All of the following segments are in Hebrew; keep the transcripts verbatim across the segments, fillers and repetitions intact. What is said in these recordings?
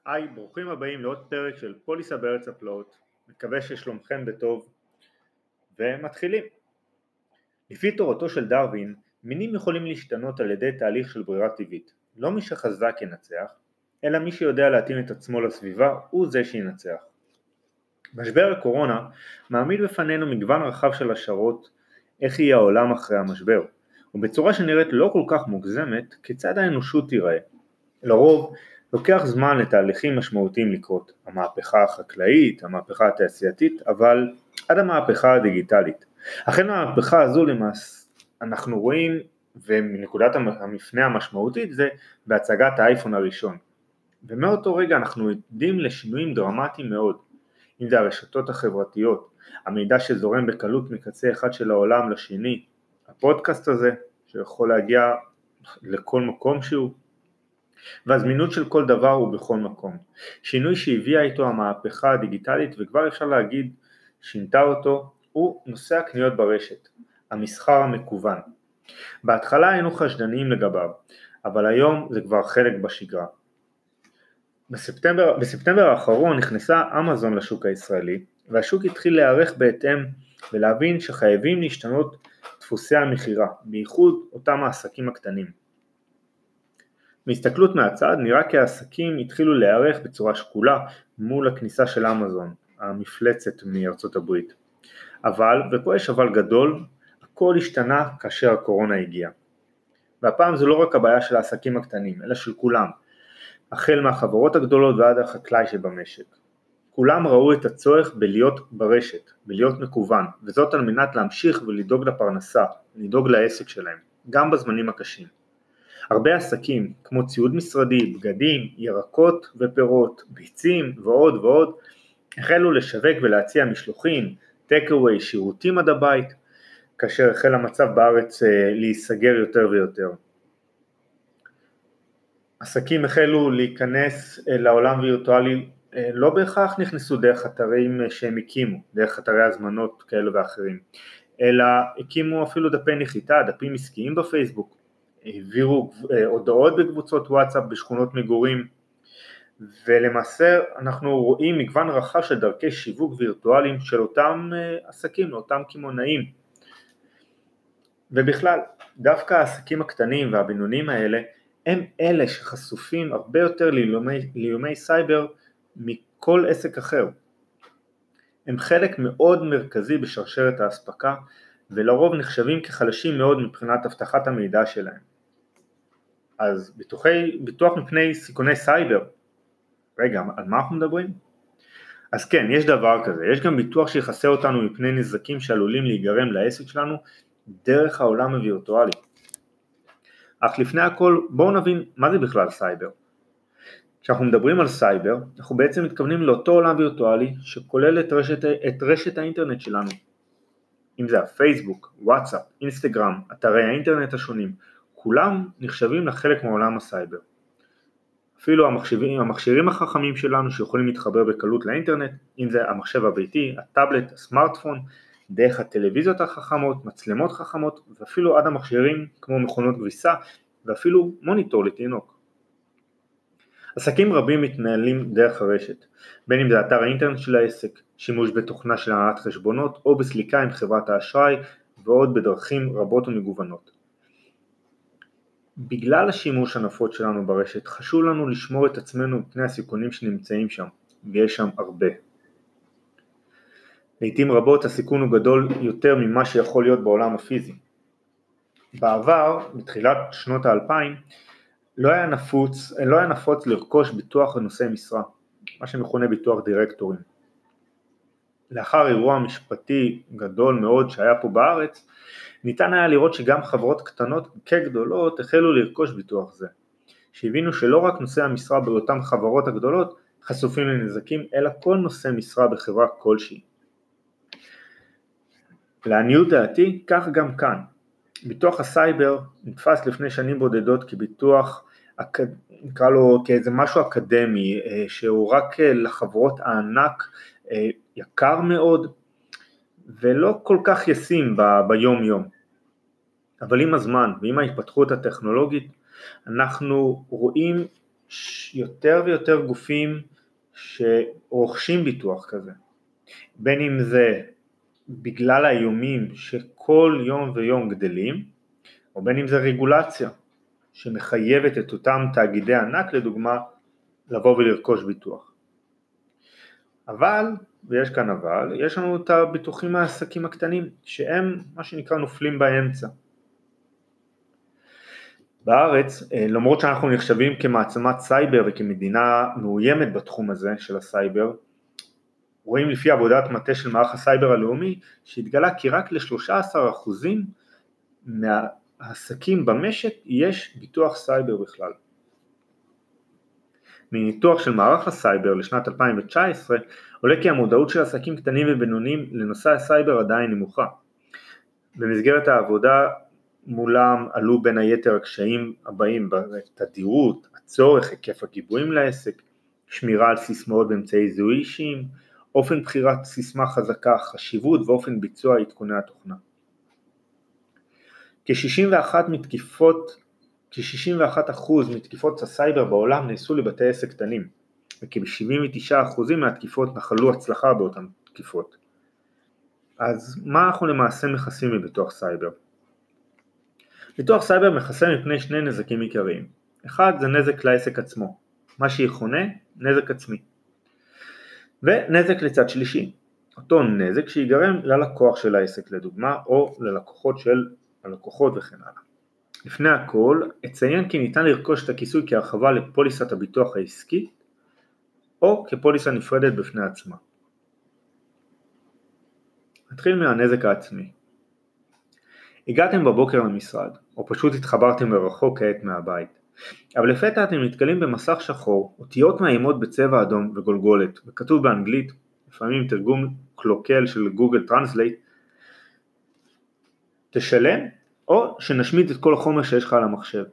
היי, ברוכים הבאים לעוד פרק של פוליסה בארץ הפלאות. מקווה ששלומכם בטוב, ומתחילים. לפי תורתו של דרווין, מינים יכולים להשתנות על ידי תהליך של ברירה טבעית. לא מי שחזק ינצח, אלא מי שיודע להתאים את עצמו לסביבה הוא זה שינצח. משבר הקורונה מעמיד בפנינו מגוון רחב של השערות איך יהיה העולם אחרי המשבר, ובצורה שנראית לא כל כך מוגזמת כיצד האנושות תיראה. לרוב לוקח זמן לתהליכים משמעותיים לקרות, המהפכה החקלאית, המהפכה התעשייתית, אבל עד המהפכה הדיגיטלית. החל מהמהפכה הזו למעשה אנחנו רואים, ומנקודת המפנה המשמעותית זה בהצגת האייפון הראשון. ומאותו רגע אנחנו עדים לשינויים דרמטיים מאוד, אם זה הרשתות החברתיות, המידע שזורם בקלות מקצה אחד של העולם לשני, הפודקאסט הזה שיכול להגיע לכל מקום שהוא, והזמינות של כל דבר הוא בכל מקום. שינוי שהביאה איתו המהפכה הדיגיטלית וכבר אפשר להגיד שינתה אותו, הוא נושא הקניות ברשת, המסחר המקוון. בהתחלה היינו חשדניים לגביו, אבל היום זה כבר חלק בשגרה. בספטמבר, בספטמבר האחרון נכנסה אמזון לשוק הישראלי, והשוק התחיל להיערך בהתאם ולהבין שחייבים להשתנות דפוסי המחירה, בייחוד אותם העסקים הקטנים. מהסתכלות מהצד נראה כי העסקים התחילו להיערך בצורה שקולה מול הכניסה של אמזון, המפלצת מארצות הברית. אבל, ופה יש אבל גדול, הכל השתנה כאשר הקורונה הגיעה. והפעם זו לא רק הבעיה של העסקים הקטנים, אלא של כולם, החל מהחברות הגדולות ועד החקלאי שבמשק. כולם ראו את הצורך בלהיות ברשת, בלהיות מקוון, וזאת על מנת להמשיך ולדאוג לפרנסה, לדאוג לעסק שלהם, גם בזמנים הקשים. הרבה עסקים כמו ציוד משרדי, בגדים, ירקות ופירות, ביצים ועוד ועוד החלו לשווק ולהציע משלוחים, טייק-אווי, שירותים עד הבית, כאשר החל המצב בארץ להיסגר יותר ויותר. עסקים החלו להיכנס לעולם וירטואלי, לא בהכרח נכנסו דרך אתרים שהם הקימו, דרך אתרי הזמנות כאלו ואחרים, אלא הקימו אפילו דפי נחיתה, דפים עסקיים בפייסבוק, העבירו הודעות בקבוצות וואטסאפ בשכונות מגורים, ולמעשה אנחנו רואים מגוון רחב של דרכי שיווק וירטואליים של אותם עסקים, אותם קמעונאים. ובכלל, דווקא העסקים הקטנים והבינוניים האלה, הם אלה שחשופים הרבה יותר לאיומי, לאיומי סייבר מכל עסק אחר. הם חלק מאוד מרכזי בשרשרת האספקה, ולרוב נחשבים כחלשים מאוד מבחינת הבטחת המידע שלהם. אז ביטוחי, ביטוח מפני סיכוני סייבר, רגע, על מה אנחנו מדברים? אז כן, יש דבר כזה, יש גם ביטוח שיחסה אותנו מפני נזקים שעלולים להיגרם לעסק שלנו דרך העולם הווירטואלי. אך לפני הכל בואו נבין מה זה בכלל סייבר. כשאנחנו מדברים על סייבר, אנחנו בעצם מתכוונים לאותו עולם וירטואלי שכולל את רשת, את רשת האינטרנט שלנו. אם זה הפייסבוק, וואטסאפ, אינסטגרם, אתרי האינטרנט השונים, כולם נחשבים לחלק מעולם הסייבר. אפילו המחשבים, המכשירים החכמים שלנו שיכולים להתחבר בקלות לאינטרנט, אם זה המחשב הביתי, הטאבלט, הסמארטפון, דרך הטלוויזיות החכמות, מצלמות חכמות, ואפילו עד המכשירים כמו מכונות כביסה, ואפילו מוניטור לתינוק. עסקים רבים מתנהלים דרך הרשת, בין אם זה אתר האינטרנט של העסק, שימוש בתוכנה של הנהלת חשבונות, או בסליקה עם חברת האשראי, ועוד בדרכים רבות ומגוונות. בגלל השימוש הנפוץ שלנו ברשת, חשוב לנו לשמור את עצמנו מפני הסיכונים שנמצאים שם, ויש שם הרבה. לעתים רבות הסיכון הוא גדול יותר ממה שיכול להיות בעולם הפיזי. בעבר, בתחילת שנות האלפיים, לא היה נפוץ, לא היה נפוץ לרכוש ביטוח לנושאי משרה, מה שמכונה ביטוח דירקטורים. לאחר אירוע משפטי גדול מאוד שהיה פה בארץ, ניתן היה לראות שגם חברות קטנות כגדולות החלו לרכוש ביטוח זה, שהבינו שלא רק נושאי המשרה באותן חברות הגדולות חשופים לנזקים, אלא כל נושא משרה בחברה כלשהי. לעניות דעתי, כך גם כאן. ביטוח הסייבר נתפס לפני שנים בודדות כביטוח, נקרא לו כאיזה משהו אקדמי, שהוא רק לחברות הענק, יקר מאוד, ולא כל כך ישים ב- ביום יום. אבל עם הזמן ועם ההתפתחות הטכנולוגית, אנחנו רואים יותר ויותר גופים שרוכשים ביטוח כזה, בין אם זה בגלל האיומים שכל יום ויום גדלים, או בין אם זה רגולציה שמחייבת את אותם תאגידי ענק לדוגמה לבוא ולרכוש ביטוח. אבל, ויש כאן אבל, יש לנו את הביטוחים מהעסקים הקטנים שהם מה שנקרא נופלים באמצע. בארץ, למרות שאנחנו נחשבים כמעצמת סייבר וכמדינה מאוימת בתחום הזה של הסייבר, רואים לפי עבודת מטה של מערך הסייבר הלאומי שהתגלה כי רק ל-שלושה עשר אחוז מהעסקים במשק יש ביטוח סייבר בכלל. מניתוח של מערך הסייבר לשנת אלפיים תשע עשרה עולה כי המודעות של עסקים קטנים ובינוניים לנושא הסייבר עדיין נמוכה. במסגרת העבודה מולם עלו בין היתר הקשיים הבאים בתדירות, הצורך, היקף הגיבויים לעסק, שמירה על סיסמאות באמצעי זיהוי אישיים, אופן בחירת סיסמה חזקה, חשיבות ואופן ביצוע עדכוני התוכנה. כ-שישים ואחת מתקיפות, כ-שישים ואחד אחוז מתקיפות הסייבר בעולם נעשו לבתי עסק קטנים, וכ-שבעים ותשעה אחוז מהתקיפות נחלו הצלחה באותן תקיפות. אז מה אנחנו למעשה מכסים מביטוח סייבר? ביטוח סייבר מכסה מפני שני נזקים עיקריים. אחד זה נזק לעסק עצמו, מה שיכונה נזק עצמי. ונזק לצד שלישי, אותו נזק שיגרם ללקוח של העסק לדוגמה, או ללקוחות של הלקוחות וכן הלאה. לפני הכל, אציין כי ניתן לרכוש את הכיסוי כהרחבה לפוליסת הביטוח העסקי, או כפוליסה נפרדת בפני עצמה. נתחיל מהנזק העצמי. הגעתם בבוקר למשרד, או פשוט התחברתם מרחוק כעת מהבית, אבל לפתע אתם נתקלים במסך שחור, אותיות מאיימות בצבע אדום וגולגולת, וכתוב באנגלית, לפעמים תרגום קלוקל של גוגל טרנסלייט, תשלם או שנשמיד את כל החומר שיש לך על המחשב.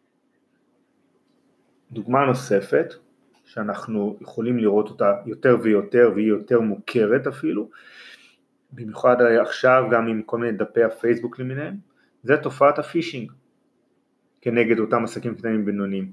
דוגמה נוספת, שאנחנו יכולים לראות אותה יותר ויותר, והיא יותר מוכרת אפילו, במיוחד עכשיו גם עם כל מיני דפי הפייסבוק למיניהם, זה תופעת הפישינג, כנגד אותם עסקים קטנים ובינוניים.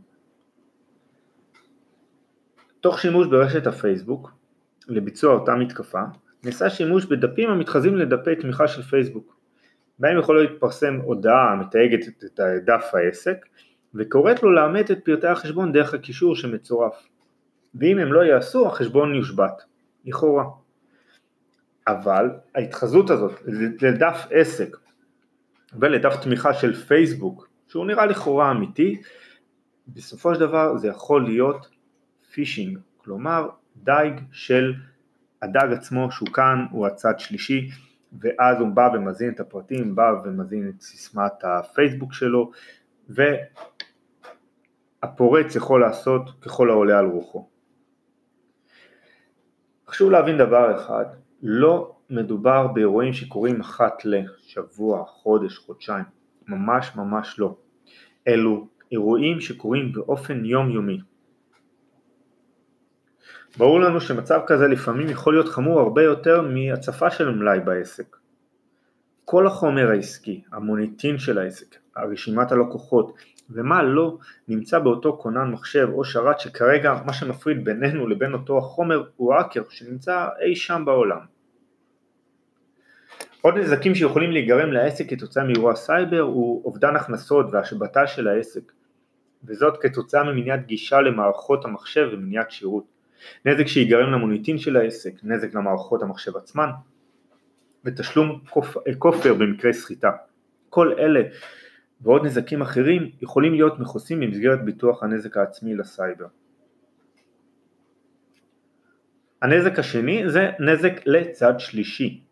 תוך שימוש ברשת הפייסבוק, לביצוע אותה מתקפה, נעשה שימוש בדפים המתחזים לדפי תמיכה של פייסבוק, בהם יכול להתפרסם הודעה המתייגת את דף העסק, וקוראת לו לאמת את פרטי החשבון דרך הקישור שמצורף. ואם הם לא יעשו, החשבון יושבת, לכאורה. אבל ההתחזות הזאת לדף עסק ולדף תמיכה של פייסבוק, שהוא נראה לכאורה אמיתי, בסופו של דבר זה יכול להיות פישינג, כלומר דייג של הדג עצמו שהוא כאן, הוא הצד שלישי, ואז הוא בא ומזין את הפרטים, בא ומזין את סיסמת הפייסבוק שלו, והפורץ יכול לעשות ככל העולה על רוחו. חשוב להבין דבר אחד, לא מדובר באירועים שקורים אחת לשבוע, חודש, חודשיים, ממש ממש לא. אלו אירועים שקורים באופן יומיומי. ברור לנו שמצב כזה לפעמים יכול להיות חמור הרבה יותר מהצפה של מלאי בעסק. כל החומר העסקי, המוניטין של העסק, הרשימת הלקוחות ומה לא נמצא באותו כונן מחשב או שרת שכרגע מה שמפריד בינינו לבין אותו החומר הוא האקר שנמצא אי שם בעולם. עוד נזקים שיכולים להיגרם לעסק כתוצאה מאירוע סייבר הוא אובדן הכנסות והשבתה של העסק, וזאת כתוצאה ממניעת גישה למערכות המחשב ומניעת שירות. נזק שיגרם למוניטין של העסק, נזק למערכות המחשב עצמן, ותשלום כופר במקרה סחיטה. כל אלה ועוד נזקים אחרים יכולים להיות מכוסים במסגרת ביטוח הנזק העצמי לסייבר. הנזק השני זה נזק לצד שלישי.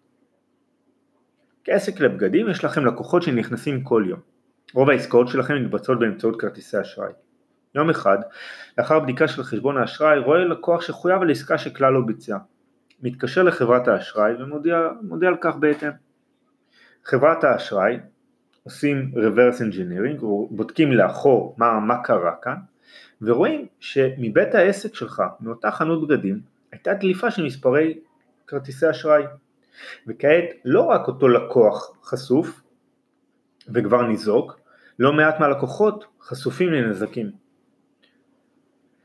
כעסק לבגדים יש לכם לקוחות שנכנסים כל יום. רוב העסקאות שלכם מתבצעות באמצעות כרטיסי אשראי. יום אחד, לאחר בדיקה של חשבון האשראי, רואה לקוח שחויב על עסקה שכלל לא ביצע. מתקשר לחברת האשראי ומודיע מודיע על כך בהתאם. חברת האשראי עושים reverse engineering, בודקים לאחור מה, מה קרה כאן, ורואים שמבית העסק שלך, מאותה חנות בגדים, הייתה דליפה של מספרי כרטיסי אשראי. וכעת לא רק אותו לקוח חשוף וכבר ניזוק, לא מעט מהלקוחות חשופים לנזקים.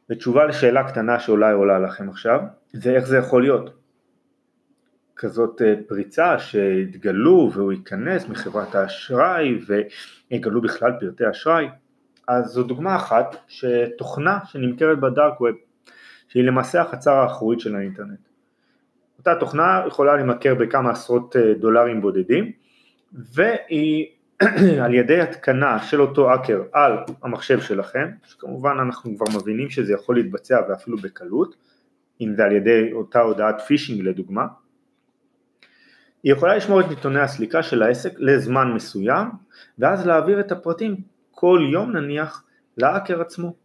ותשובה לשאלה קטנה שאולי עולה לכם עכשיו, זה איך זה יכול להיות. כזאת פריצה שהתגלו והוא ייכנס מחברת האשראי ויגלו בכלל פרטי אשראי. אז זו דוגמה אחת שתוכנה שנמכרת בדארק ווב, שהיא למעשה החצר האחורית של האינטרנט. אותה תוכנה יכולה למכר בכמה עשרות דולרים בודדים, והיא על ידי התקנה של אותו האקר על המחשב שלכם, שכמובן אנחנו כבר מבינים שזה יכול להתבצע ואפילו בקלות, אם זה על ידי אותה הודעת פישינג לדוגמה, היא יכולה לשמור את נתוני הסליקה של העסק לזמן מסוים, ואז להעביר את הפרטים כל יום נניח להאקר עצמו.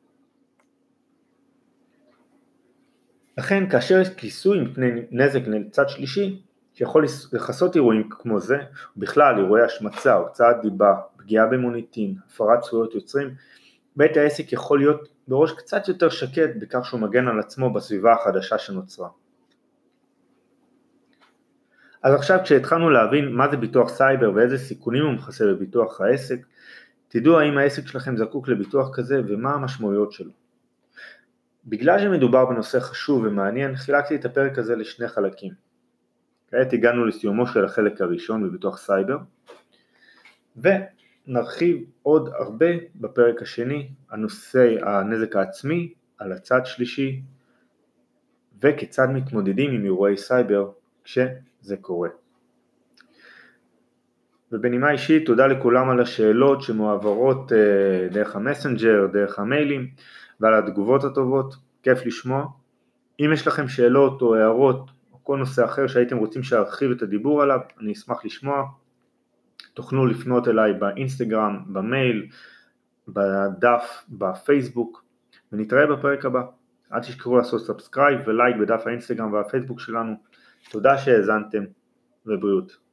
לכן כאשר יש כיסוי מפני נזק לצד שלישי, שיכול לחסות אירועים כמו זה, בכלל אירועי השמצה, הוצאת דיבה, פגיעה במוניטין, הפרת זכויות יוצרים, בית העסק יכול להיות בראש קצת יותר שקט בכך שהוא מגן על עצמו בסביבה החדשה שנוצרה. אז עכשיו כשהתחלנו להבין מה זה ביטוח סייבר ואיזה סיכונים הוא מכסה בביטוח העסק, תדעו האם העסק שלכם זקוק לביטוח כזה ומה המשמעויות שלו. בגלל שמדובר בנושא חשוב ומעניין, חילקתי את הפרק הזה לשני חלקים. כעת הגענו לסיומו של החלק הראשון בביטוח סייבר, ונרחיב עוד הרבה בפרק השני, הנושא הנזק העצמי, על הצד שלישי, וכיצד מתמודדים עם אירועי סייבר כשזה קורה. ובנימה אישית, תודה לכולם על השאלות שמועברות דרך המסנג'ר, דרך המיילים, ועל התגובות הטובות, כיף לשמוע. אם יש לכם שאלות או הערות, או כל נושא אחר שהייתם רוצים שארחיב את הדיבור עליו, אני אשמח לשמוע. תוכלו לפנות אליי באינסטגרם, במייל, בדף, בפייסבוק, ונתראה בפרק הבא. אל תשכחו לעשות סאבסקרייב ולייק בדף האינסטגרם והפייסבוק שלנו. תודה שהאזנתם, ובריאות.